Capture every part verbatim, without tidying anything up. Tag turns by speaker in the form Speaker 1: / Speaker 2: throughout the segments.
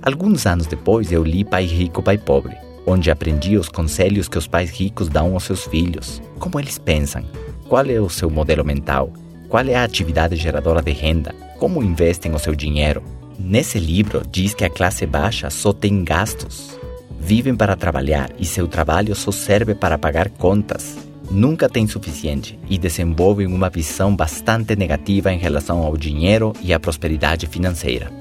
Speaker 1: Alguns anos depois, eu li Pai Rico, Pai Pobre, onde aprendi os conselhos que os pais ricos dão aos seus filhos, como eles pensam, qual é o seu modelo mental, qual é a atividade geradora de renda, como investem o seu dinheiro. Nesse livro, diz que a classe baixa só tem gastos. Vivem para trabalhar e seu trabalho só serve para pagar contas. Nunca tem suficiente e desenvolvem uma visão bastante negativa em relação ao dinheiro e à prosperidade financeira.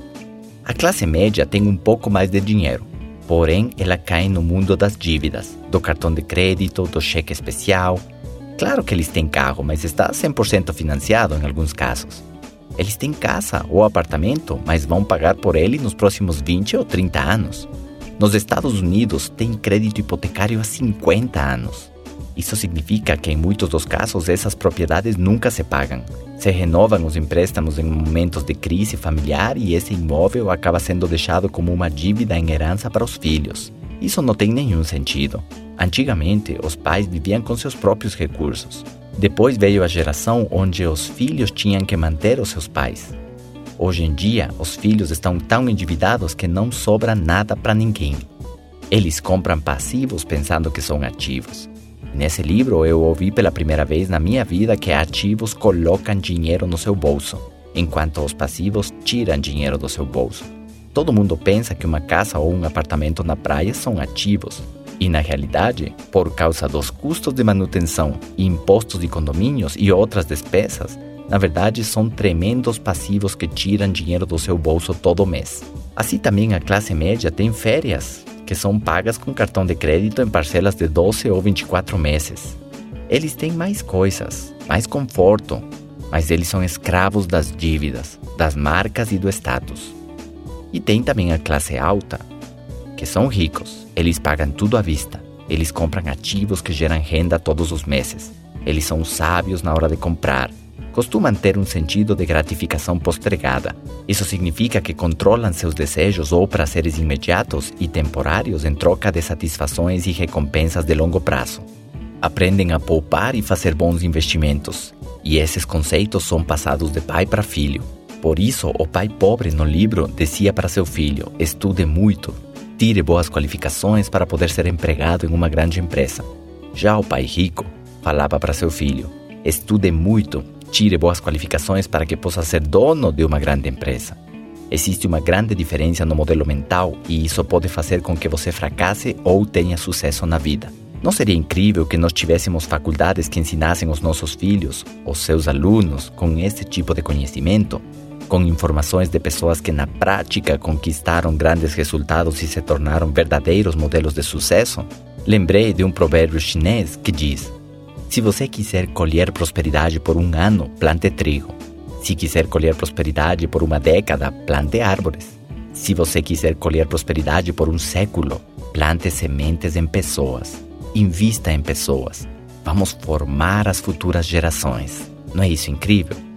Speaker 1: A classe média tem um pouco mais de dinheiro, porém ela cai no mundo das dívidas, do cartão de crédito, do cheque especial. Claro que eles têm carro, mas está cem por cento financiado em alguns casos. Eles têm casa ou apartamento, mas vão pagar por ele nos próximos vinte ou trinta anos. Nos Estados Unidos, tem crédito hipotecário há cinquenta anos. Isso significa que, em muitos dos casos, essas propriedades nunca se pagam. Se renovam os empréstimos em momentos de crise familiar e esse imóvel acaba sendo deixado como uma dívida em herança para os filhos. Isso não tem nenhum sentido. Antigamente, os pais viviam com seus próprios recursos. Depois veio a geração onde os filhos tinham que manter os seus pais. Hoje em dia, os filhos estão tão endividados que não sobra nada para ninguém. Eles compram passivos pensando que são ativos. Nesse livro, eu ouvi pela primeira vez na minha vida que ativos colocam dinheiro no seu bolso, enquanto os passivos tiram dinheiro do seu bolso. Todo mundo pensa que uma casa ou um apartamento na praia são ativos. E, na realidade, por causa dos custos de manutenção, impostos de condomínios e outras despesas, na verdade, são tremendos passivos que tiram dinheiro do seu bolso todo mês. Assim também a classe média tem férias, que são pagas com cartão de crédito em parcelas de doze ou vinte e quatro meses. Eles têm mais coisas, mais conforto, mas eles são escravos das dívidas, das marcas e do status. E tem também a classe alta, que são ricos. Eles pagam tudo à vista. Eles compram ativos que geram renda todos os meses. Eles são sábios na hora de comprar. Costumam ter um sentido de gratificação postergada. Isso significa que controlam seus desejos ou prazeres imediatos e temporários em troca de satisfações e recompensas de longo prazo. Aprendem a poupar e fazer bons investimentos. E esses conceitos são passados de pai para filho. Por isso, o pai pobre no livro dizia para seu filho: estude muito, tire boas qualificações para poder ser empregado em uma grande empresa. Já o pai rico falava para seu filho: estude muito, tire boas qualificações para que possa ser dono de uma grande empresa. Existe uma grande diferença no modelo mental e isso pode fazer com que você fracasse ou tenha sucesso na vida. Não seria incrível que nós tivéssemos faculdades que ensinassem os nossos filhos, os seus alunos, com esse tipo de conhecimento? Com informações de pessoas que na prática conquistaram grandes resultados e se tornaram verdadeiros modelos de sucesso? Lembrei de um provérbio chinês que diz: se você quiser colher prosperidade por um ano, plante trigo. Se quiser colher prosperidade por uma década, plante árvores. Se você quiser colher prosperidade por um século, plante sementes em pessoas. Invista em pessoas. Vamos formar as futuras gerações. Não é isso incrível?